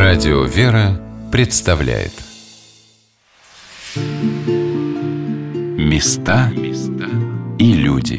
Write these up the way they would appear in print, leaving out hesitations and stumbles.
Радио «Вера» представляет Места и люди.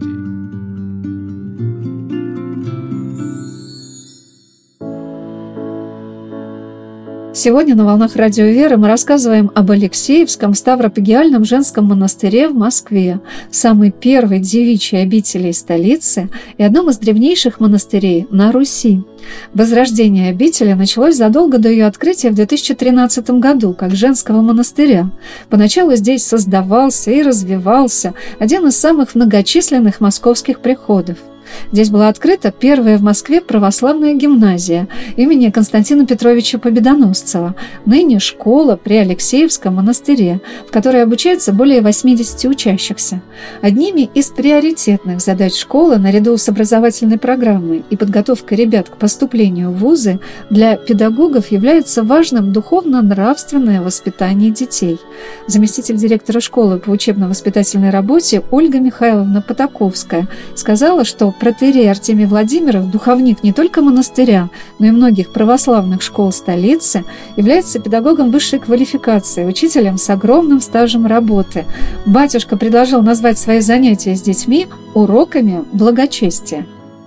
Сегодня на «Волнах Радио Веры» мы рассказываем об Алексеевском Ставропигиальном женском монастыре в Москве, самой первой девичьей обители столицы и одном из древнейших монастырей на Руси. Возрождение обители началось задолго до ее открытия в 2013 году как женского монастыря. Поначалу здесь создавался и развивался один из самых многочисленных московских приходов. Здесь была открыта первая в Москве православная гимназия имени Константина Петровича Победоносцева, ныне школа при Алексеевском монастыре, в которой обучается более 80 учащихся. Одними из приоритетных задач школы, наряду с образовательной программой и подготовкой ребят к поступлению в вузы, для педагогов является важным духовно-нравственное воспитание детей. Заместитель директора школы по учебно-воспитательной работе Ольга Михайловна Потаковская сказала, что протоиерей Артемий Владимиров, духовник не только монастыря, но и многих православных школ столицы, является педагогом высшей квалификации, учителем с огромным стажем работы. Батюшка предложил назвать свои занятия с детьми уроками благочестия.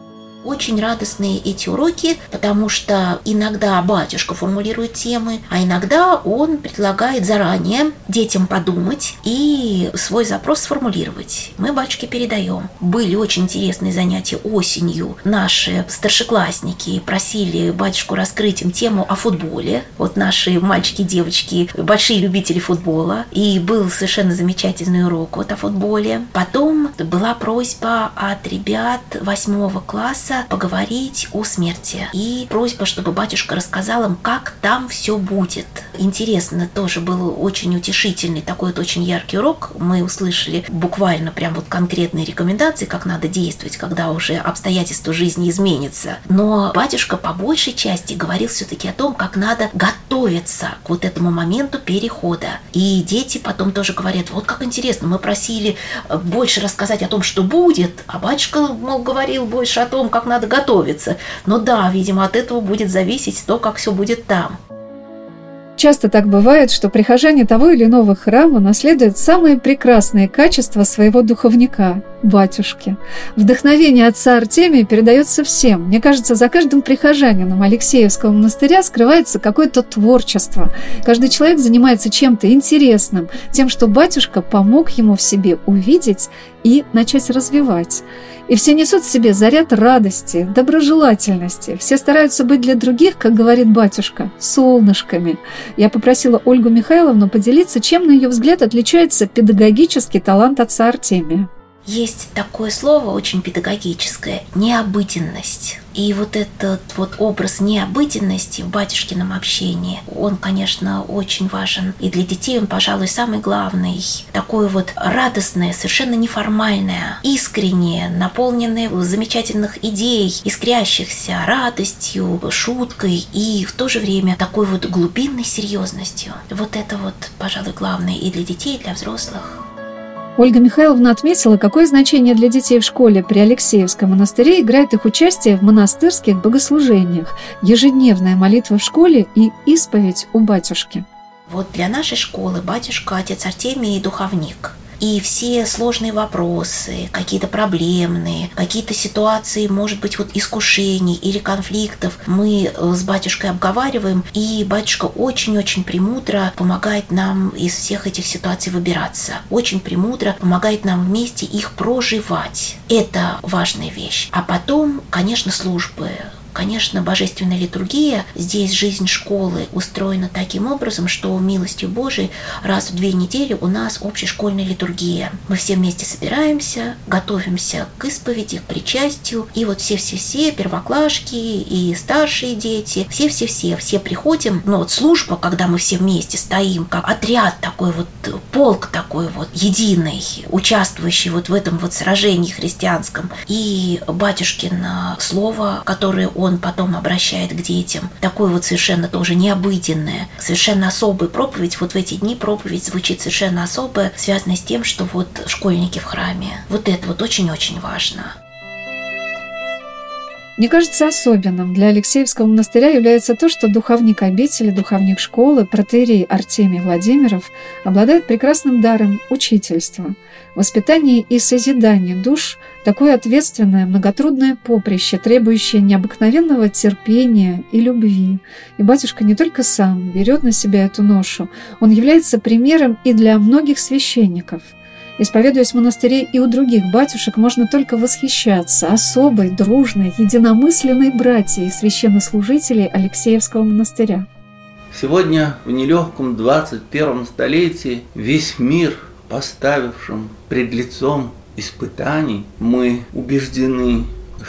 Очень радостные эти уроки, потому что иногда батюшка формулирует темы, а иногда он предлагает заранее детям подумать и свой запрос сформулировать. Мы батюшке передаем. Были очень интересные занятия осенью. Наши старшеклассники просили батюшку раскрыть им тему о футболе. Вот наши мальчики и девочки большие любители футбола. И был совершенно замечательный урок вот о футболе. Потом была просьба от ребят 8 класса поговорить о смерти. И просьба, чтобы батюшка рассказал им, как там все будет. Интересно, тоже был очень утешительный, такой вот очень яркий урок. Мы услышали буквально прям вот конкретные рекомендации, как надо действовать, когда уже обстоятельства жизни изменятся. Но батюшка по большей части говорил все-таки о том, как надо готовиться к вот этому моменту перехода. И дети потом тоже говорят, вот как интересно, мы просили больше рассказать о том, что будет, а батюшка, мол, говорил больше о том, как надо готовиться. Но да, видимо, от этого будет зависеть то, как все будет там. Часто так бывает, что прихожане того или иного храма наследуют самые прекрасные качества своего духовника – батюшки. Вдохновение отца Артемия передается всем. Мне кажется, за каждым прихожанином Алексеевского монастыря скрывается какое-то творчество. Каждый человек занимается чем-то интересным, тем, что батюшка помог ему в себе увидеть и начать развивать. И все несут в себе заряд радости, доброжелательности. Все стараются быть для других, как говорит батюшка, солнышками. Я попросила Ольгу Михайловну поделиться, чем, на ее взгляд, отличается педагогический талант отца Артемия. Есть такое слово очень педагогическое – необыденность. И вот этот вот образ необыденности в батюшкином общении, он, конечно, очень важен. И для детей он, пожалуй, самый главный. Такое вот радостное, совершенно неформальное, искреннее, наполненное замечательных идей, искрящихся радостью, шуткой и в то же время такой вот глубинной серьезностью. Вот это вот, пожалуй, главное и для детей, и для взрослых. Ольга Михайловна отметила, какое значение для детей в школе при Алексеевском монастыре играет их участие в монастырских богослужениях, ежедневная молитва в школе и исповедь у батюшки. Вот для нашей школы батюшка, отец Артемий и духовник. И все сложные вопросы, какие-то проблемные, какие-то ситуации, может быть, вот искушений или конфликтов мы с батюшкой обговариваем, и батюшка очень-очень премудро помогает нам из всех этих ситуаций выбираться. Очень премудро помогает нам вместе их проживать. Это важная вещь. А потом, конечно, службы. Конечно, божественная литургия, здесь жизнь школы устроена таким образом, что милостью Божией раз в 2 недели у нас общешкольная литургия. Мы все вместе собираемся, готовимся к исповеди, к причастию, и вот все-все-все, первоклашки и старшие дети, все приходим, но вот служба, когда мы все вместе стоим, как отряд такой вот, полк такой вот, единый, участвующий вот в этом вот сражении христианском, и батюшкино слово, которое он потом обращает к детям. Такое вот совершенно тоже необыденное, совершенно особая проповедь. Вот в эти дни проповедь звучит совершенно особая, связанная с тем, что вот школьники в храме. Вот это вот очень-очень важно. Мне кажется, особенным для Алексеевского монастыря является то, что духовник обители, духовник школы, протоиерей Артемий Владимиров обладает прекрасным даром учительства. Воспитание и созидание душ – такое ответственное, многотрудное поприще, требующее необыкновенного терпения и любви. И батюшка не только сам берет на себя эту ношу, он является примером и для многих священников. Исповедуясь в монастыре и у других батюшек, можно только восхищаться особой, дружной, единомысленной братьей священнослужителей Алексеевского монастыря. Сегодня, в нелегком 21 столетии, весь мир, поставившим пред лицом испытаний, мы убеждены,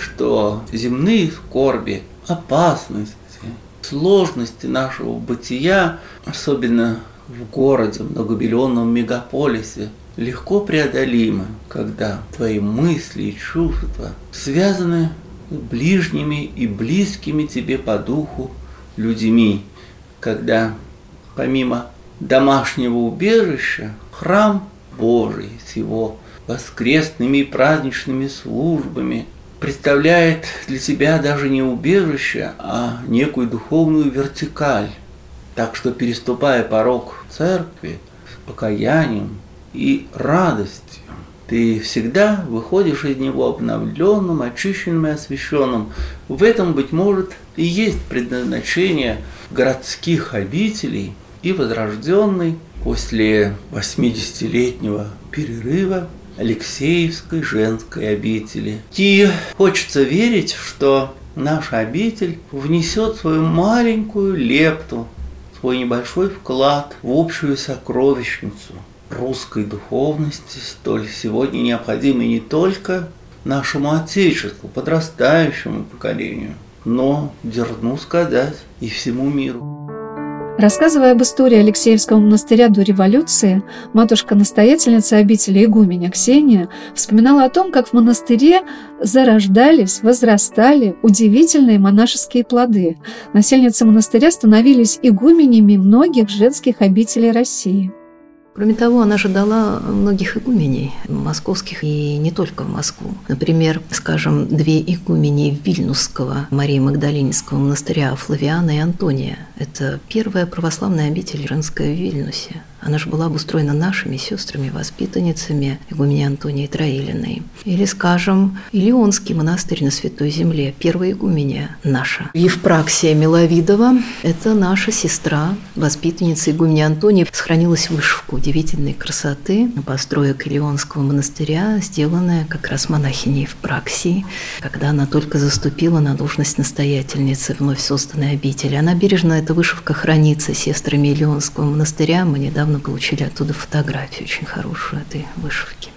что земные скорби, опасности, сложности нашего бытия, особенно в городе, многомиллионном мегаполисе, легко преодолимы, когда твои мысли и чувства связаны с ближними и близкими тебе по духу людьми, когда помимо домашнего убежища храм Божий с его воскресными и праздничными службами представляет для тебя даже не убежище, а некую духовную вертикаль. Так что, переступая порог церкви с покаянием и радостью, ты всегда выходишь из него обновленным, очищенным и освященным. В этом, быть может, и есть предназначение городских обителей и возрожденной после 80-летнего перерыва Алексеевской женской обители. И хочется верить, что наша обитель внесет свою маленькую лепту, свой небольшой вклад в общую сокровищницу русской духовности, столь сегодня необходимой не только нашему Отечеству, подрастающему поколению, но, дерзну сказать, и всему миру. Рассказывая об истории Алексеевского монастыря до революции, матушка-настоятельница обители игуменя Ксения вспоминала о том, как в монастыре зарождались, возрастали удивительные монашеские плоды. Насельницы монастыря становились игуменями многих женских обителей России. Кроме того, она же дала многих игуменей, московских и не только в Москву. Например, скажем, 2 игумени Вильнюсского Марии Магдалининского монастыря Флавиана и Антония. Это первая православная обитель женская в Вильнюсе. Она же была обустроена нашими сестрами, воспитанницами игумени Антонии Троилиной. Или, скажем, Илионский монастырь на Святой Земле, первая игуменья наша. Евпраксия Миловидова – это наша сестра, воспитанница игумени Антонии. Сохранилась вышивка удивительной красоты построек Илионского монастыря, сделанная как раз монахиней Евпраксией, когда она только заступила на должность настоятельницы вновь созданной обители. Она бережно, эта вышивка хранится сестрами Илионского монастыря. Мы недавно получили оттуда фотографию очень хорошую этой вышивки.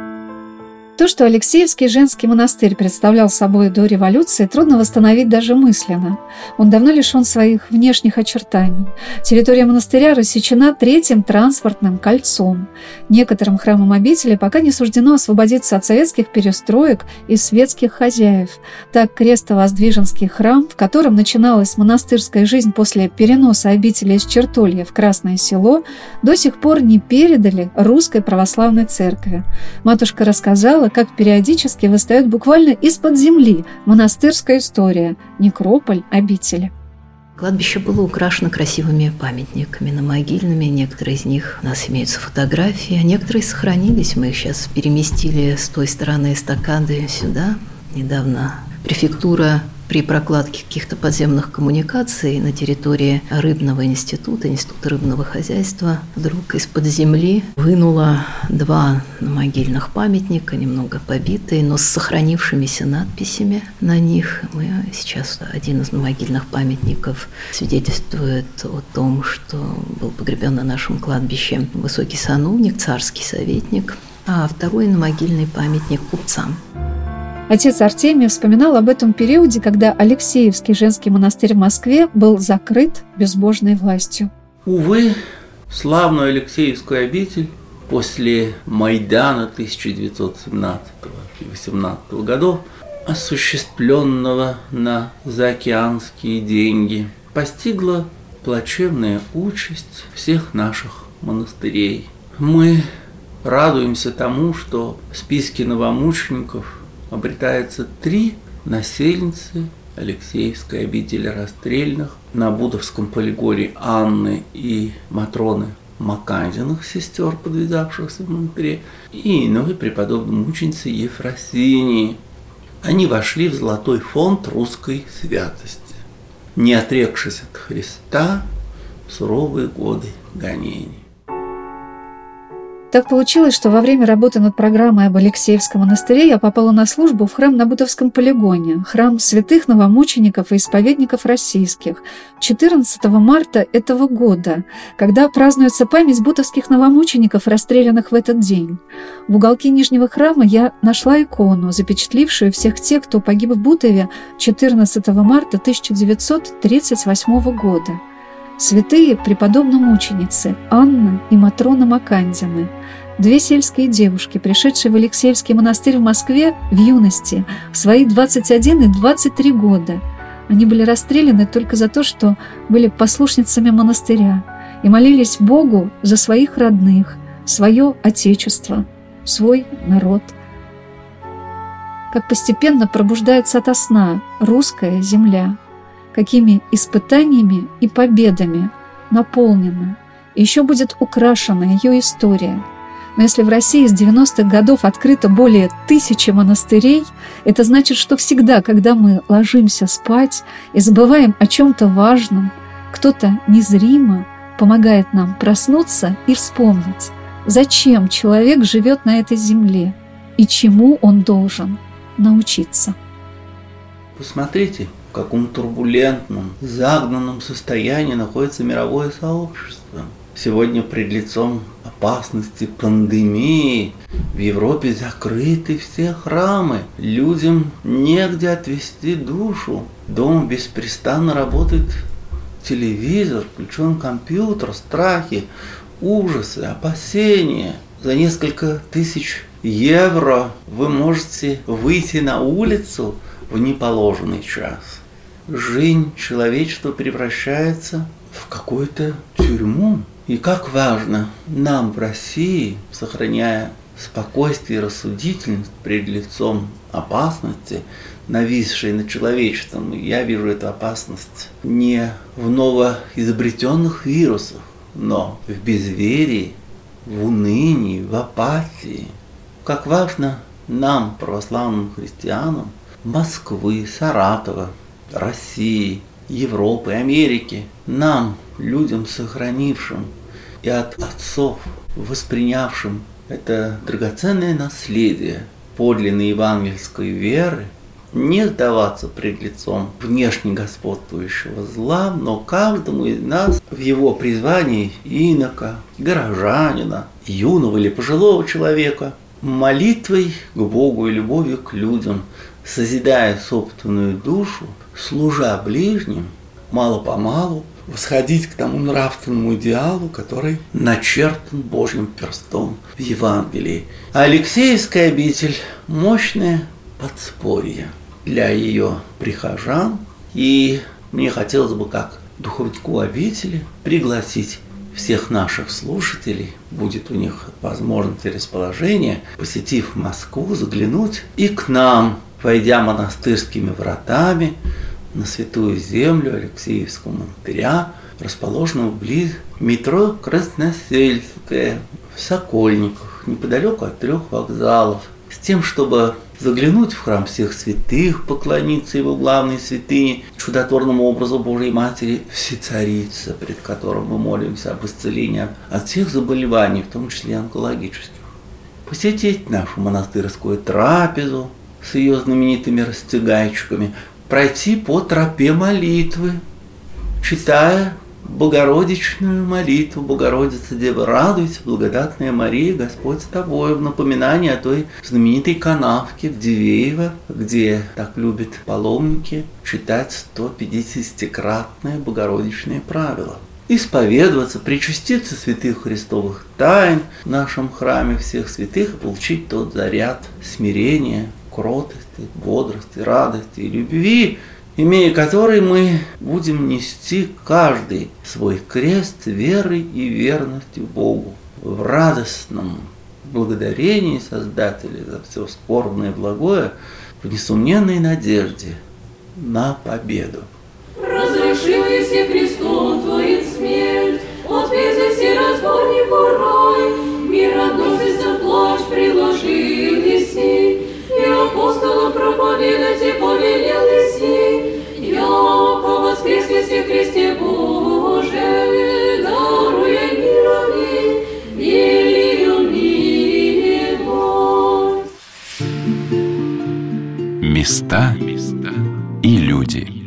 То, что Алексеевский женский монастырь представлял собой до революции, трудно восстановить даже мысленно. Он давно лишен своих внешних очертаний. Территория монастыря рассечена 3-м транспортным кольцом. Некоторым храмам обители пока не суждено освободиться от советских перестроек и светских хозяев. Так, Крестово-Воздвиженский храм, в котором начиналась монастырская жизнь после переноса обители из Чертолья в Красное Село, до сих пор не передали Русской Православной Церкви. Матушка рассказала, как периодически восстает буквально из-под земли монастырская история, некрополь обители. Кладбище было украшено красивыми памятниками намогильными. Некоторые из них у нас имеются фотографии, а некоторые сохранились. Мы их сейчас переместили с той стороны эстакады сюда. Недавно префектура при прокладке каких-то подземных коммуникаций на территории Рыбного института, Института рыбного хозяйства, вдруг из-под земли вынула 2 могильных памятника, немного побитые, но с сохранившимися надписями на них. Мы сейчас один из могильных памятников свидетельствует о том, что был погребен на нашем кладбище высокий сановник, царский советник, а второй могильный памятник купцам. Отец Артемий вспоминал об этом периоде, когда Алексеевский женский монастырь в Москве был закрыт безбожной властью. Увы, славную Алексеевскую обитель после Майдана 1917 и 18 годов, осуществленного на заокеанские деньги, постигла плачевная участь всех наших монастырей. Мы радуемся тому, что в списке новомучеников обретается 3 насельницы Алексеевской обители расстрельных на Будовском полигоне Анны и Матроны Макандиных, сестер, подвязавшихся в монастыре, и иной преподобной мученицы Ефросинии. Они вошли в золотой фонд русской святости, не отрекшись от Христа в суровые годы гонений. Так получилось, что во время работы над программой об Алексеевском монастыре я попала на службу в храм на Бутовском полигоне, храм святых новомучеников и исповедников российских, 14 марта этого года, когда празднуется память бутовских новомучеников, расстрелянных в этот день. В уголке нижнего храма я нашла икону, запечатлившую всех тех, кто погиб в Бутове 14 марта 1938 года. Святые преподобно-мученицы Анна и Матрона Макандины, две сельские девушки, пришедшие в Алексеевский монастырь в Москве в юности, в свои 21 и 23 года. Они были расстреляны только за то, что были послушницами монастыря и молились Богу за своих родных, свое отечество, свой народ. Как постепенно пробуждается ото сна русская земля, какими испытаниями и победами наполнена, и еще будет украшена ее история. Но если в России с 90-х годов открыто более 1000 монастырей, это значит, что всегда, когда мы ложимся спать и забываем о чем-то важном, кто-то незримо помогает нам проснуться и вспомнить, зачем человек живет на этой земле и чему он должен научиться. Посмотрите, в каком турбулентном, загнанном состоянии находится мировое сообщество. Сегодня пред лицом опасности пандемии в Европе закрыты все храмы. Людям негде отвести душу. Дома беспрестанно работает телевизор, включен компьютер, страхи, ужасы, опасения. За несколько тысяч евро вы можете выйти на улицу в неположенный час. Жизнь человечества превращается в какую-то тюрьму. И как важно нам в России, сохраняя спокойствие и рассудительность пред лицом опасности, нависшей над человечеством, я вижу эту опасность не в новоизобретенных вирусах, но в безверии, в унынии, в апатии. Как важно нам, православным христианам, Москвы, Саратова, России, Европы, Америки, нам, людям, сохранившим и от отцов воспринявшим это драгоценное наследие подлинной евангельской веры, не сдаваться пред лицом внешне господствующего зла, но каждому из нас в его призвании инока, горожанина, юного или пожилого человека молитвой к Богу и любовью к людям, созидая собственную душу, служа ближним, мало-помалу восходить к тому нравственному идеалу, который начертан Божьим перстом в Евангелии. А Алексеевская обитель – мощное подспорье для ее прихожан. И мне хотелось бы, как духовнику обители, пригласить всех наших слушателей, будет у них возможность и расположение, посетив Москву, заглянуть и к нам, войдя монастырскими вратами на святую землю Алексеевского монастыря, расположенного вблизи метро Красносельское в Сокольниках, неподалеку от 3 вокзалов, с тем, чтобы заглянуть в храм всех святых, поклониться его главной святыне, чудотворному образу Божией Матери, Всецарица, пред которым мы молимся об исцелении от всех заболеваний, в том числе онкологических. Посетить нашу монастырскую трапезу с ее знаменитыми растягайчиками, пройти по тропе молитвы, читая Богородичную молитву. Богородица, Дева, радуйся, благодатная Мария, Господь с тобой, в напоминание о той знаменитой канавке в Дивеево, где так любят паломники читать 150-кратное Богородичное правило. Исповедоваться, причаститься святых христовых тайн в нашем храме всех святых и получить тот заряд смирения, кротости, бодрости, радости и любви, имея который мы будем нести каждый свой крест верой и верностью Богу в радостном благодарении Создателя за все скорбное и благое, в в несомненной надежде на победу. Разрешил еси Христу твоим смерть, ответился разбойнику рай, мир относится плач, приложил еси, и апостолам проповедать и повелел еси, яко воскрес еси Христе Боже, даруя мирови, велию милость. Места и люди.